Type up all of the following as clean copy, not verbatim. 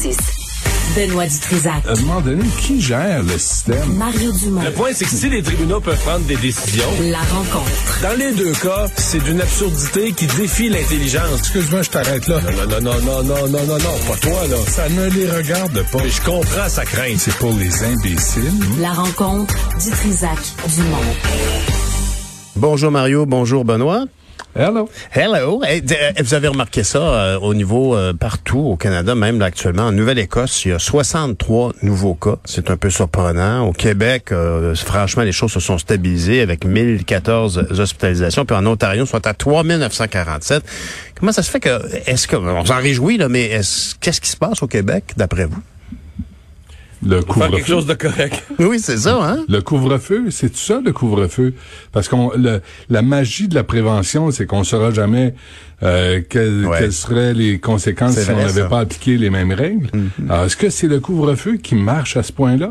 6. Benoît Dutrisac. À un moment donné, qui gère le système? Mario Dumont. Le point, c'est que si les tribunaux peuvent prendre des décisions... La rencontre. Dans les deux cas, c'est d'une absurdité qui défie l'intelligence. Excuse-moi, je t'arrête là. Non, pas toi, là. Ça ne les regarde pas. Mais je comprends sa crainte. C'est pour les imbéciles. La rencontre Dutrisac-Dumont. Bonjour Mario, bonjour Benoît. Hello. Hello. Vous avez remarqué ça au niveau partout au Canada, même là, actuellement. En Nouvelle-Écosse, il y a 63 nouveaux cas. C'est un peu surprenant. Au Québec, franchement, les choses se sont stabilisées avec 1014 hospitalisations. Puis en Ontario, soit à 3947. Comment ça se fait que, on s'en réjouit, là, mais qu'est-ce qui se passe au Québec, d'après vous? Le Faire couvre-feu. quelque chose de correct. Oui, c'est ça, hein? Le couvre-feu, c'est tout ça, le couvre-feu. Parce la magie de la prévention, c'est qu'on saura jamais quelles seraient les conséquences si on n'avait pas appliqué les mêmes règles. Mm-hmm. Alors, est-ce que c'est le couvre-feu qui marche à ce point-là?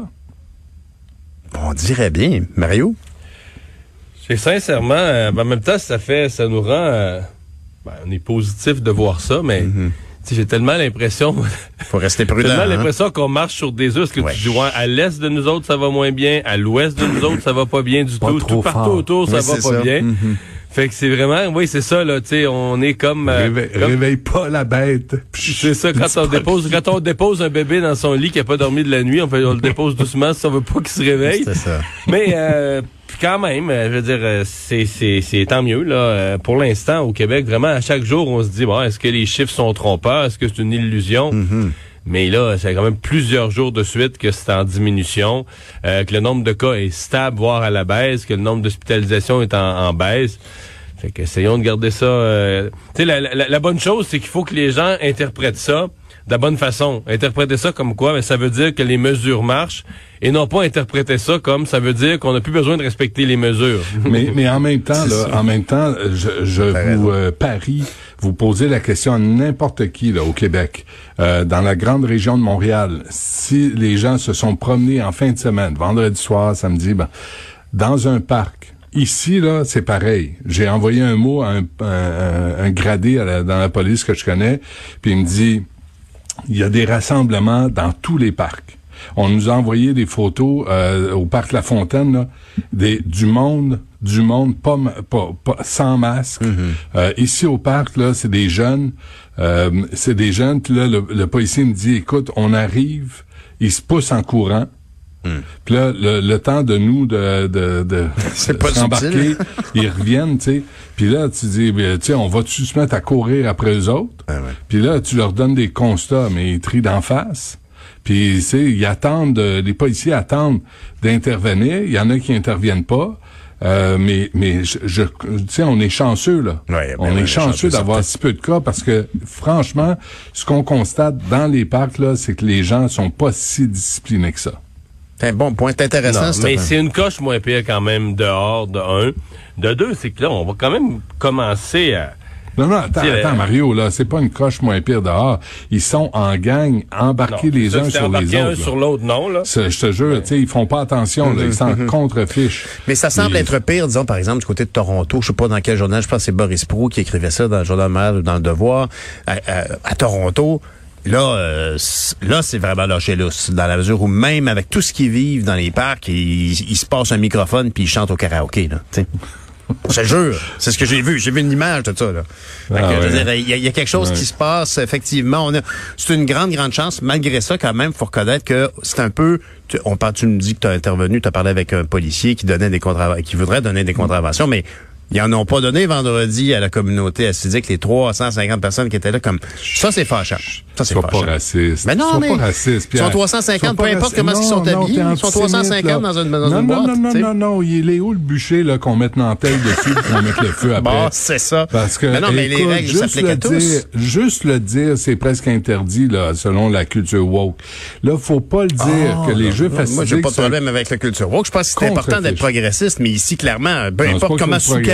On dirait bien. Mario? C'est sincèrement, en même temps, ça nous rend... on est positif de voir ça, mais... Mm-hmm. J'ai tellement l'impression... Faut rester prudent. J'ai tellement l'impression qu'on marche sur des œufs. Parce que tu dis, à l'est de nous autres, ça va moins bien. À l'ouest de nous autres, ça va pas bien du tout. Tout partout autour, ça va pas bien. Mm-hmm. Fait que c'est vraiment... Oui, c'est ça, là. Tu sais, on est comme... Réveille pas la bête. C'est ça, quand on dépose un bébé dans son lit qui a pas dormi de la nuit, on le dépose doucement si on veut pas qu'il se réveille. C'est ça. Mais... quand même, je veux dire, c'est tant mieux, là. Pour l'instant, au Québec, vraiment, à chaque jour, on se dit, est-ce que les chiffres sont trompeurs? Est-ce que c'est une illusion? Mm-hmm. Mais là, c'est quand même plusieurs jours de suite que c'est en diminution, que le nombre de cas est stable, voire à la baisse, que le nombre d'hospitalisations est en baisse. Fait que essayons de garder ça. Tu sais, la bonne chose, c'est qu'il faut que les gens interprètent ça de la bonne façon. Interpréter ça comme quoi? Mais ça veut dire que les mesures marchent et non pas interpréter ça comme ça veut dire qu'on n'a plus besoin de respecter les mesures. mais en même temps, je vous parie, vous posez la question à n'importe qui là au Québec, dans la grande région de Montréal, si les gens se sont promenés en fin de semaine, vendredi soir, samedi, dans un parc. Ici, là, c'est pareil. J'ai envoyé un mot à un gradé dans la police que je connais, puis il me dit, il y a des rassemblements dans tous les parcs. On nous a envoyé des photos au parc La Fontaine, là, du monde pas sans masque. Mm-hmm. Ici au parc, là, c'est des jeunes. Puis là, le policier me dit, écoute, on arrive, ils se poussent en courant. Puis là, le temps de nous de s'embarquer, ils reviennent, tu sais. Puis là, tu dis, tu sais, on va-tu se mettre à courir après eux autres? Puis là, tu leur donnes des constats, mais ils trient d'en face. Puis, tu sais, ils attendent, les policiers attendent d'intervenir. Il y en a qui interviennent pas. Mais tu sais, on est chanceux, là. On est chanceux d'avoir si peu de cas parce que, franchement, ce qu'on constate dans les parcs, là, c'est que les gens sont pas si disciplinés que ça. C'est un bon point, intéressant. Mais c'est une coche moins pire quand même dehors, de un. De deux, c'est que là, on va quand même commencer à... Non, attends, Mario, là, c'est pas une coche moins pire dehors. Ils sont en gang, embarqués les uns sur les autres. Un sur l'autre, non, là. Je te jure, tu sais, ils font pas attention, là, ils s'en contrefichent. Mais ça semble être pire, disons, par exemple, du côté de Toronto. Je sais pas dans quel journal, je pense que c'est Boris Proulx qui écrivait ça dans le Journal de Montréal ou dans Le Devoir. À Toronto, là, c'est vraiment lâché lousse, dans la mesure où même avec tout ce qu'ils vivent dans les parcs, ils se passent un microphone puis ils chantent au karaoké, là, tu sais. Je te jure, c'est ce que j'ai vu. J'ai vu une image de ça, là. Je veux dire, il y a quelque chose qui se passe, effectivement. C'est une grande chance. Malgré ça, quand même, faut reconnaître que c'est un peu... Tu me dis que tu as intervenu, tu as parlé avec un policier qui voudrait donner des contraventions, mais ils en ont pas donné vendredi à la communauté assidique, les 350 personnes qui étaient là comme... Ça, c'est fâchant. Ça, c'est fâchant. Pas raciste. Mais non, pas raciste, Pierre. Ils sont 350, peu importe comment ils sont habillés. Ils sont 350 dans une boîte. Non. Il est où le bûcher, là, qu'on mette l'antenne dessus et qu'on mette le feu après? Bon, c'est ça. Parce que, mais les règles s'appliquent à tous. Juste le dire, c'est presque interdit, là, selon la culture woke. Là, faut pas le dire que les Juifs assidiques... Moi, j'ai pas de problème avec la culture woke. Je pense que c'est important d'être progressiste, mais ici, clairement, peu importe comment, sous quel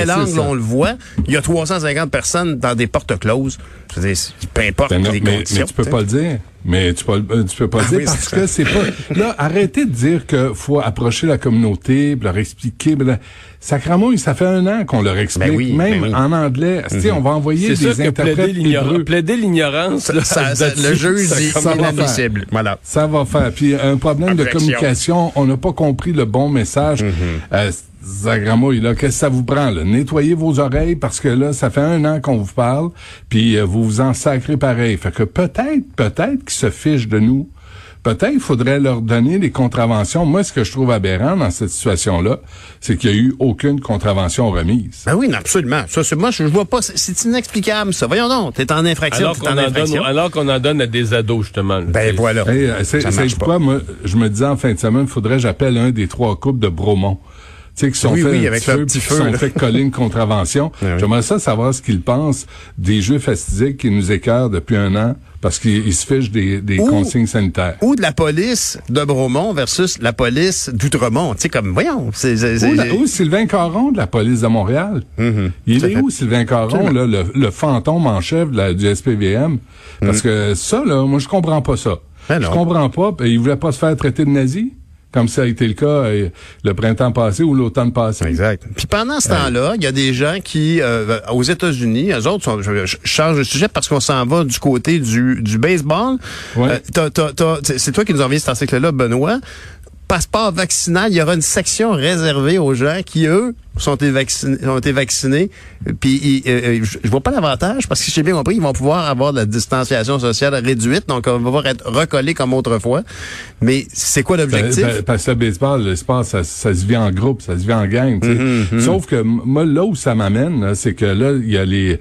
quel angle on le voit, il y a 350 personnes dans des portes closes. Je veux dire, peu importe les conditions. Mais tu peux pas le dire. Mais tu peux pas le dire parce que c'est pas... Là, arrêtez de dire qu'il faut approcher la communauté, leur expliquer. Sacramouille, ça fait 1 an qu'on leur explique. Même en anglais. On va envoyer des interprètes hébreux. Plaider l'ignorance, le juge dit inadmissible. Voilà. Ça va faire. Puis un problème de communication, on n'a pas compris le bon message. Sacramouille, là, qu'est-ce que ça vous prend, là? Nettoyez vos oreilles parce que là, ça fait 1 an qu'on vous parle, puis vous vous en sacrez pareil. Fait que peut-être qu'ils se fichent de nous. Peut-être qu'il faudrait leur donner des contraventions. Moi, ce que je trouve aberrant dans cette situation-là, c'est qu'il n'y a eu aucune contravention remise. Ben oui, absolument. Ça, moi, je vois pas. C'est inexplicable, ça. Voyons donc. T'es en infraction. Alors qu'on en donne à des ados, justement. Ben voilà. C'est pourquoi, moi, je me disais en fin de semaine, il faudrait que j'appelle un des 3 couples de Bromont. Tu sais, qui sont avec leur petit feu, qui sont fait coller une contravention. J'aimerais savoir ce qu'ils pensent des Juifs fastidiques qui nous écœurent depuis 1 an parce qu'ils se fichent des consignes sanitaires. Ou de la police de Bromont versus la police d'Outremont. Tu sais, comme, voyons. Ou Sylvain Caron de la police de Montréal. Il est où, Sylvain Caron, là, le fantôme en chef du SPVM? Parce que ça, là, moi, je comprends pas ça. Je comprends pas. Il voulait pas se faire traiter de nazi? Comme ça a été le cas le printemps passé ou l'automne passé. Exact. Puis pendant ce temps-là, il y a des gens qui, aux États-Unis, eux autres, je change de sujet parce qu'on s'en va du côté du baseball. Ouais. C'est toi qui nous envoyé cet article-là, Benoît. Passeport vaccinal, il y aura une section réservée aux gens qui, eux, ont été vaccinés. Puis je vois pas l'avantage parce que j'ai bien compris, ils vont pouvoir avoir de la distanciation sociale réduite, donc on va pouvoir être recollés comme autrefois. Mais c'est quoi l'objectif? Parce que le baseball, le sport, ça se vit en groupe, ça se vit en gang. Sauf que moi, là où ça m'amène, là, c'est que là, il y a les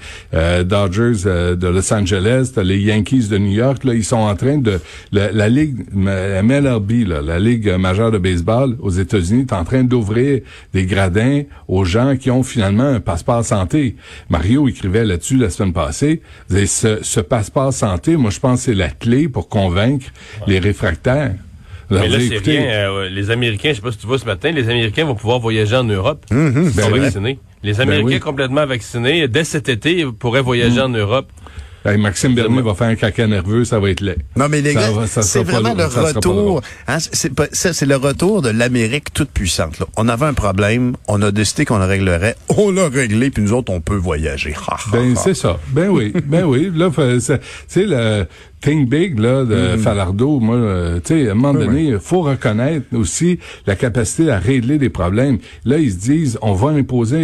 Dodgers de Los Angeles, t'as les Yankees de New York, là, ils sont en train de... La Ligue MLB, là, la Ligue majeure de baseball aux États-Unis, est en train d'ouvrir des gradins aux gens qui ont finalement un passeport santé. Mario écrivait là-dessus la semaine passée. Ce passeport santé, moi, je pense que c'est la clé pour convaincre les réfractaires. Alors, mais là, c'est rien. Les Américains, je sais pas si tu vois ce matin, les Américains vont pouvoir voyager en Europe. Ils sont vaccinés. Les Américains complètement vaccinés, dès cet été, pourraient voyager en Europe. Hey, Maxime Bernier va faire un caca nerveux, ça va être laid. Non, mais les gars, c'est vraiment le retour. Hein, c'est le retour de l'Amérique toute puissante. Là. On avait un problème, on a décidé qu'on le réglerait, on l'a réglé, puis nous autres, on peut voyager. C'est ça. Ben oui. Là, c'est le Think Big là de Falardeau. Moi, tu sais, à un moment donné, il faut reconnaître aussi la capacité à régler des problèmes. Là, ils se disent, on va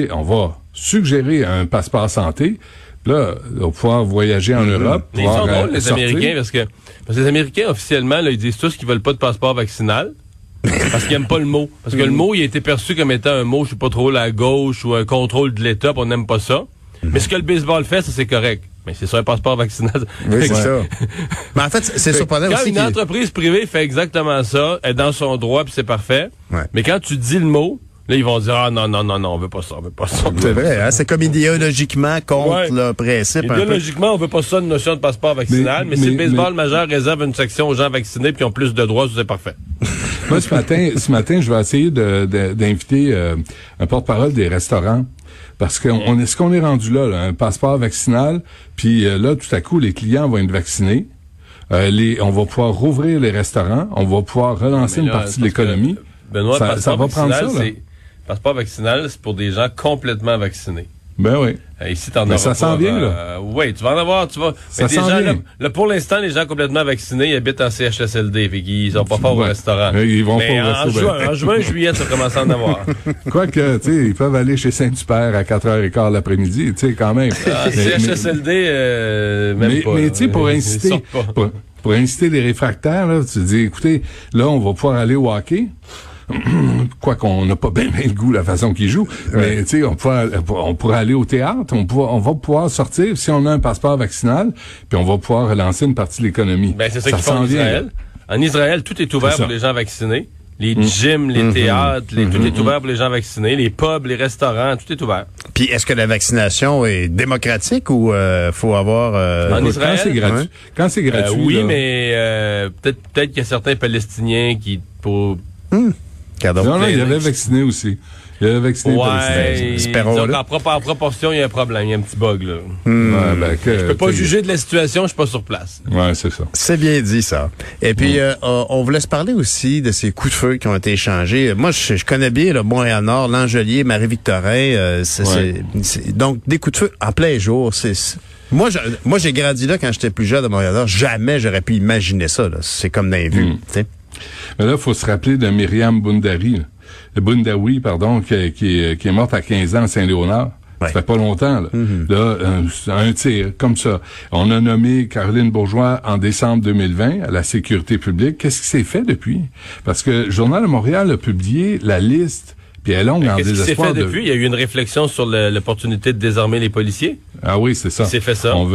suggérer un passeport santé. Là, on va pouvoir voyager en Europe. Mais ils sont drôles, les Américains, parce que les Américains, officiellement, là, ils disent tous qu'ils veulent pas de passeport vaccinal. Parce qu'ils aiment pas le mot. Parce que le mot, il a été perçu comme étant un mot, je sais pas trop, la gauche ou un contrôle de l'État, puis on n'aime pas ça. Mais ce que le baseball fait, ça, c'est correct. Mais c'est ça, un passeport vaccinal. Oui, c'est ça. Mais en fait, c'est surprenant quand aussi. Quand une entreprise privée fait exactement ça, elle est dans son droit, puis c'est parfait. Ouais. Mais quand tu dis le mot, là, ils vont dire, non, on veut pas ça, on veut pas ça. C'est vrai, hein? C'est comme idéologiquement contre le principe. Idéologiquement, on veut pas ça, une notion de passeport vaccinal, mais si le baseball majeur réserve une section aux gens vaccinés puis ont plus de droits, c'est parfait. Moi, ce matin, je vais essayer d'inviter un porte-parole des restaurants. Parce que est-ce qu'on est rendu là, un passeport vaccinal, puis là, tout à coup, les clients vont être vaccinés. On va pouvoir rouvrir les restaurants, on va pouvoir relancer une partie de l'économie. Benoît, ça va prendre ça, là. Passeport vaccinal, c'est pour des gens complètement vaccinés. Ben oui. Ici, t'en auras ça s'en vient, là. Oui, tu vas en avoir, Ça s'en vient. Là, pour l'instant, les gens complètement vaccinés, ils habitent en CHSLD, fait qu'ils sont pas forts au restaurant. Ils vont mais pas au restaurant. En juin, juillet, ça commence à en avoir. Quoique, tu sais, ils peuvent aller chez Saint-Hubert à 4h15 l'après-midi, tu sais, quand même. CHSLD, même pas. Mais tu sais, pour inciter les réfractaires, là, tu dis, écoutez, là, on va pouvoir aller au hockey. Quoi qu'on n'a pas bien le goût la façon qu'ils jouent, mais tu sais, on pourra aller au théâtre, on va pouvoir sortir si on a un passeport vaccinal, puis on va pouvoir relancer une partie de l'économie. Ben c'est ça qu'ils font en Israël. En Israël, tout est ouvert pour les gens vaccinés. Les gyms, les théâtres, tout est ouvert pour les gens vaccinés. Les pubs, les restaurants, tout est ouvert. Puis est-ce que la vaccination est démocratique ou faut avoir... En Israël, quand c'est gratuit. Quand c'est gratuit. Oui, là, mais peut-être qu'il y a certains Palestiniens qui... Non, il y avait vacciné aussi. Il a vacciné les policiers. Espérons-le. En proportion, il y a un problème, il y a un petit bug, là. Je peux pas juger de la situation, je suis pas sur place. Ouais, c'est ça. C'est bien dit, ça. Et puis, on voulait se parler aussi de ces coups de feu qui ont été échangés. Moi, je connais bien le Montréal-Nord, L'Angelier, Marie-Victorin. Donc, des coups de feu en plein jour, Moi, j'ai grandi là quand j'étais plus jeune à Montréal-Nord. Jamais j'aurais pu imaginer ça, là. C'est comme dans les vues, tu sais. Mais là, il faut se rappeler de Myriam Boundaoui, qui est morte à 15 ans à Saint-Léonard. Ouais. Ça fait pas longtemps, là. Là, un tir, comme ça. On a nommé Caroline Bourgeois en décembre 2020 à la sécurité publique. Qu'est-ce qui s'est fait depuis? Parce que le Journal de Montréal a publié la liste, puis elle est longue en désespoir. Qu'est-ce qui s'est fait depuis? Il y a eu une réflexion sur l'opportunité de désarmer les policiers? Ah oui, c'est ça. C'est fait ça. On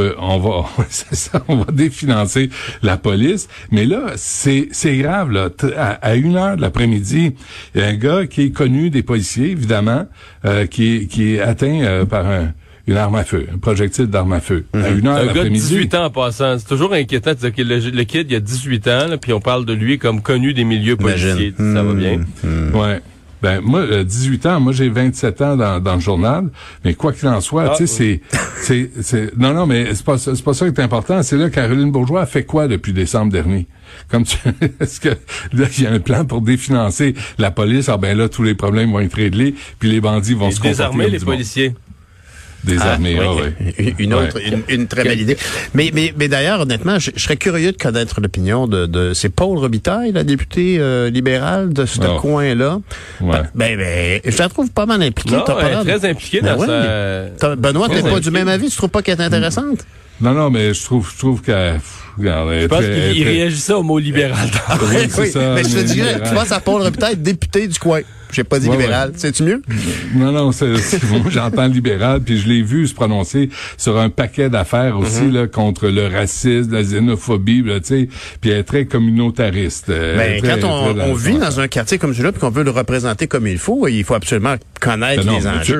va définancer la police. Mais là, c'est grave, là. À 1h de l'après-midi, il y a un gars qui est connu des policiers, évidemment, qui est atteint par une arme à feu, un projectile d'arme à feu. À 1h de l'après-midi. Un gars de 18 ans en passant. C'est toujours inquiétant de dire que le kid, il a 18 ans, là, puis on parle de lui comme connu des milieux policiers. Ça va bien? Ouais. Ben moi, 18 ans, moi j'ai 27 ans dans le journal, mais quoi qu'il en soit, tu sais, c'est non, mais c'est pas ça qui est important. C'est là Caroline Bourgeois a fait quoi depuis décembre dernier? Est-ce que là il y a un plan pour définancer la police? Ah ben là tous les problèmes vont être réglés, puis les bandits vont se comporter désarmer les policiers. Désarmer, oui. Une très belle idée. Mais d'ailleurs, honnêtement, je serais curieux de connaître l'opinion de c'est Paul Robitaille, la députée libérale de ce coin-là. Ouais. Ben, je la trouve pas mal impliquée. Non, elle est très impliquée dans ça. Benoît, t'es pas du même avis? Tu trouves pas qu'elle est intéressante? Non, mais je trouve qu'elle... Je pense qu'il réagissait au mot libéral. Oui, c'est ça. Mais je te dirais, tu penses à Paul Robitaille, député du coin. J'ai pas dit libéral. C'est-tu mieux? Non, moi, j'entends libéral, puis je l'ai vu se prononcer sur un paquet d'affaires aussi, là, contre le racisme, la xénophobie, là, tu sais, puis elle est très communautariste. Quand on vit dans un quartier comme celui-là, puis qu'on veut le représenter comme il faut absolument connaître les enjeux.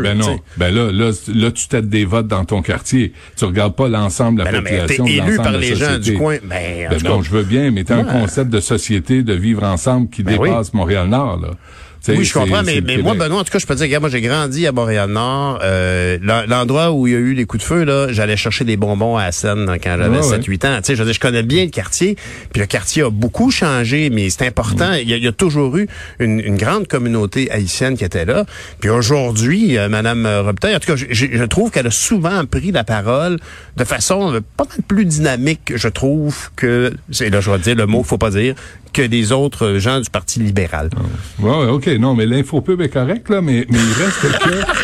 Là, tu têtes des votes dans ton quartier. Tu regardes pas l'ensemble de la population. T'es élu par les gens du coin. Non, je veux bien, mais t'as un concept de société, de vivre ensemble qui dépasse Montréal-Nord, là. Oui, je comprends, mais moi, Benoît, en tout cas, je peux te dire, regarde, moi, j'ai grandi à Montréal-Nord. L'endroit où il y a eu les coups de feu, là, j'allais chercher des bonbons à la Seine quand j'avais 7-8 ans. Tu sais, je connais bien le quartier, puis le quartier a beaucoup changé, mais c'est important. Il y a toujours eu une grande communauté haïtienne qui était là. Puis aujourd'hui, Madame Robitaille, en tout cas, je trouve qu'elle a souvent pris la parole de façon pas mal plus dynamique, je trouve, que, là, je vais dire le mot, faut pas dire, que les autres gens du Parti libéral. Ouais, OK. Non, mais l'infopub est correct, là, mais il reste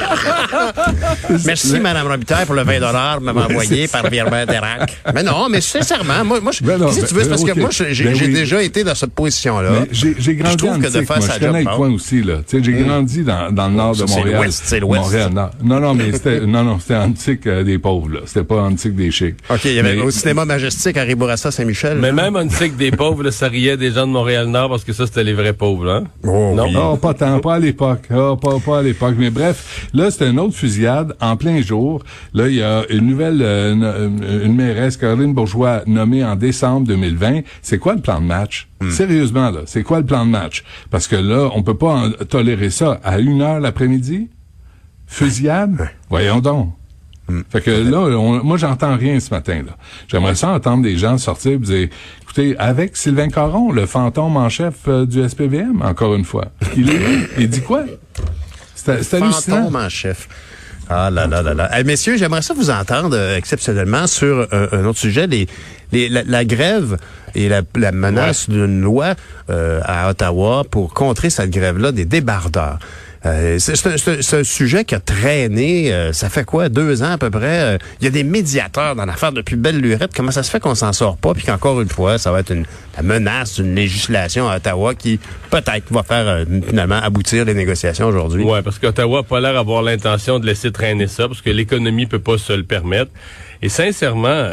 que... Merci, Mme Robitaille, pour le 20 m'avait envoyé par virement d'Erac. Mais non, mais sincèrement, moi qu'est-ce que tu veux? Parce que moi, j'ai déjà été dans cette position-là. J'ai grandi en Antique, moi, je connais le coin aussi, là. Tu sais, j'ai grandi dans le nord de Montréal. C'est l'ouest. Montréal-Nord. Non, mais c'était Antique des pauvres, là. C'était pas Antique des chics. OK, il y avait au cinéma Majestic à Ribourassa, Saint-Michel. Mais même Antique des pauvres, là, ça riait des gens de Montréal-Nord parce que ça, c'était les vrais pauvres, hein? Non, pas tant, pas à l'époque. Pas à l'époque. Mais bref, là, c'est une autre fusillade en plein jour. Là, il y a une nouvelle, une mairesse, Caroline Bourgeois, nommée en décembre 2020. C'est quoi le plan de match? Sérieusement, là, c'est quoi le plan de match? Parce que là, on peut pas tolérer ça à 1h l'après-midi. Fusillade? Voyons donc. Fait que là, moi, j'entends rien ce matin, là. J'aimerais ça entendre des gens sortir et dire, écoutez, avec Sylvain Caron, le fantôme en chef du SPVM, encore une fois. Il est là. Il dit quoi? C'est hallucinant. Fantôme en chef. Ah là là là là. Hey, messieurs, j'aimerais ça vous entendre exceptionnellement sur un autre sujet, la grève et la menace d'une loi à Ottawa pour contrer cette grève-là des débardeurs. C'est un sujet qui a traîné, ça fait quoi, 2 ans à peu près. Il y a des médiateurs dans l'affaire depuis belle lurette. Comment ça se fait qu'on s'en sort pas, puis qu'encore une fois, ça va être la menace d'une législation à Ottawa qui peut-être va faire finalement aboutir les négociations aujourd'hui. Ouais, parce qu'Ottawa n'a pas l'air d'avoir l'intention de laisser traîner ça, parce que l'économie peut pas se le permettre. Et sincèrement,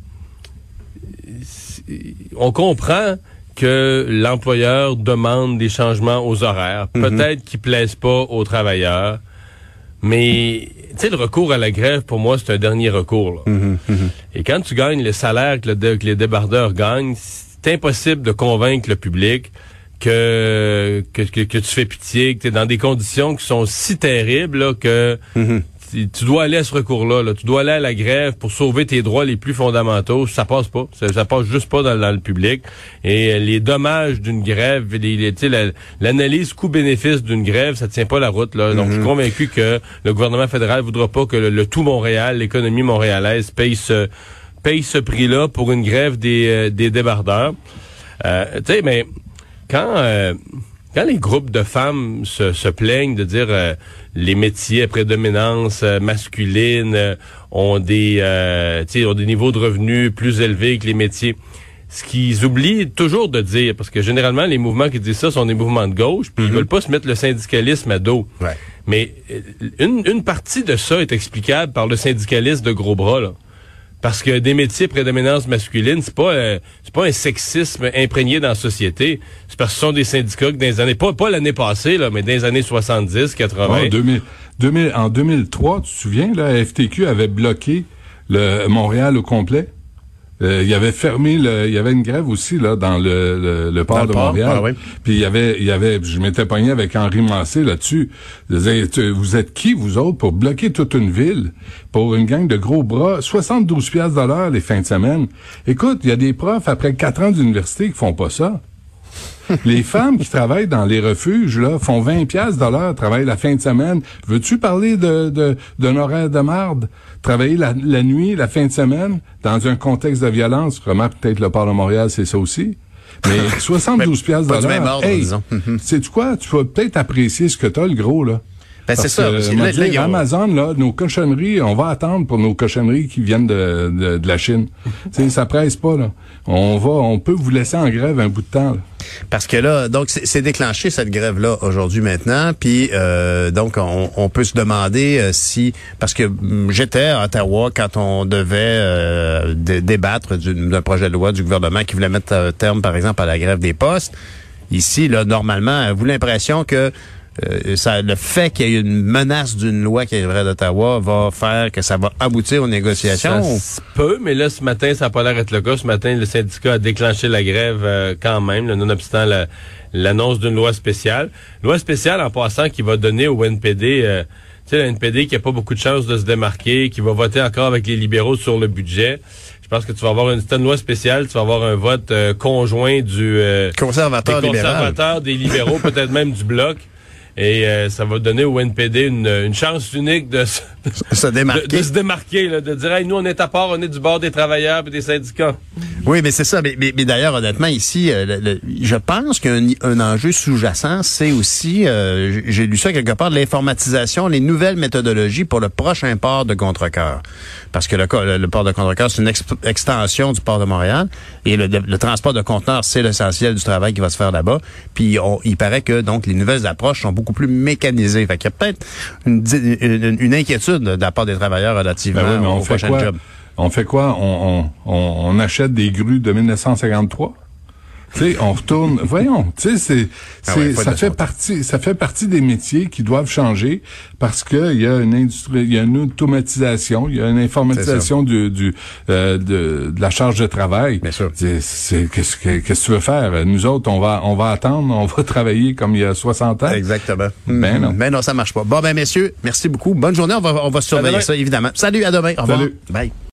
on comprend que l'employeur demande des changements aux horaires. Peut-être qu'ils plaisent pas aux travailleurs. Mais, tu sais, le recours à la grève, pour moi, c'est un dernier recours, là. Et quand tu gagnes le salaire que les débardeurs gagnent, c'est impossible de convaincre le public que tu fais pitié, que tu es dans des conditions qui sont si terribles là, que tu dois aller à ce recours-là. Là. Tu dois aller à la grève pour sauver tes droits les plus fondamentaux. Ça passe pas. Ça passe juste pas dans le public. Et les dommages d'une grève, l'analyse coût-bénéfice d'une grève, ça tient pas la route. Là. Donc, je suis convaincu que le gouvernement fédéral voudra pas que le tout Montréal, l'économie montréalaise, paye ce prix-là pour une grève des débardeurs. Tu sais, mais quand les groupes de femmes se plaignent de dire les métiers à prédominance masculine ont des niveaux de revenus plus élevés que les métiers, ce qu'ils oublient toujours de dire, parce que généralement les mouvements qui disent ça sont des mouvements de gauche, puis ils veulent pas se mettre le syndicalisme à dos. Ouais. Mais une partie de ça est explicable par le syndicalisme de gros bras, là. Parce que des métiers prédominance masculine, c'est pas un sexisme imprégné dans la société. C'est parce que ce sont des syndicats que dans les années, pas l'année passée, là, mais dans les années 70, 80. En 2003, tu te souviens, là, la FTQ avait bloqué le Montréal au complet. Il y avait fermé il y avait une grève aussi là dans le port de Montréal. Ah, oui. Puis il y avait je m'étais pogné avec Henri Massé là-dessus. Vous êtes qui vous autres pour bloquer toute une ville pour une gang de gros bras, 72 piastres de l'heure les fins de semaine. Écoute, il y a des profs après 4 ans d'université qui font pas ça. Les femmes qui travaillent dans les refuges là font 20 piastres de l'heure, travaillent la fin de semaine. Veux-tu parler d'un horaire de marde? Travailler la nuit, la fin de semaine, dans un contexte de violence. Remarque, peut-être le port de Montréal, c'est ça aussi. Mais 72 piastres de l'heure, hey, sais-tu quoi? Tu vas peut-être apprécier ce que t'as, le gros, là. Ben, c'est ça. Amazon, là, nos cochonneries, on va attendre pour nos cochonneries qui viennent de la Chine. Tu sais, ça presse pas, là. On peut vous laisser en grève un bout de temps, là. Parce que là, donc, c'est déclenché cette grève-là aujourd'hui maintenant, puis donc, on peut se demander si... Parce que j'étais à Ottawa quand on devait débattre d'un projet de loi du gouvernement qui voulait mettre un terme, par exemple, à la grève des postes. Ici, là, normalement, avez-vous l'impression que le fait qu'il y ait une menace d'une loi qui arriverait d'Ottawa va faire que ça va aboutir aux négociations? Ça se peut, mais là, ce matin, ça n'a pas l'air d'être le cas. Ce matin, le syndicat a déclenché la grève quand même, là, nonobstant l'annonce d'une loi spéciale. Loi spéciale, en passant, qui va donner au NPD... tu sais, le NPD qui a pas beaucoup de chances de se démarquer, qui va voter encore avec les libéraux sur le budget. Je pense que tu vas avoir une loi spéciale, tu vas avoir un vote conjoint du... conservateur, des libéraux, peut-être même du Bloc. Et ça va donner au NPD une chance unique de se démarquer. De se démarquer, là, de dire hey, nous on est à part, on est du bord des travailleurs et des syndicats. Oui, mais c'est ça. Mais d'ailleurs, honnêtement, ici, je pense qu'un enjeu sous-jacent, c'est aussi, j'ai lu ça quelque part, de l'informatisation, les nouvelles méthodologies pour le prochain port de Contrecœur. Parce que le port de Contrecœur, c'est une extension du port de Montréal. Et le transport de conteneurs, c'est l'essentiel du travail qui va se faire là-bas. Puis il paraît que donc les nouvelles approches sont beaucoup plus mécanisées. Fait qu'il y a peut-être une inquiétude de la part des travailleurs relativement au prochain job. On fait quoi? On achète des grues de 1953? Tu sais, on retourne. Voyons, tu sais, ça fait partie des métiers qui doivent changer parce que il y a une industrie, il y a une automatisation, il y a une informatisation de la charge de travail. Bien sûr. Qu'est-ce que tu veux faire? Nous autres, on va attendre, on va travailler comme il y a 60 ans. Exactement. Ben non, ça marche pas. Bon, messieurs, merci beaucoup. Bonne journée. On va surveiller ça, évidemment. Salut, à demain. Au revoir. Salut. Bye.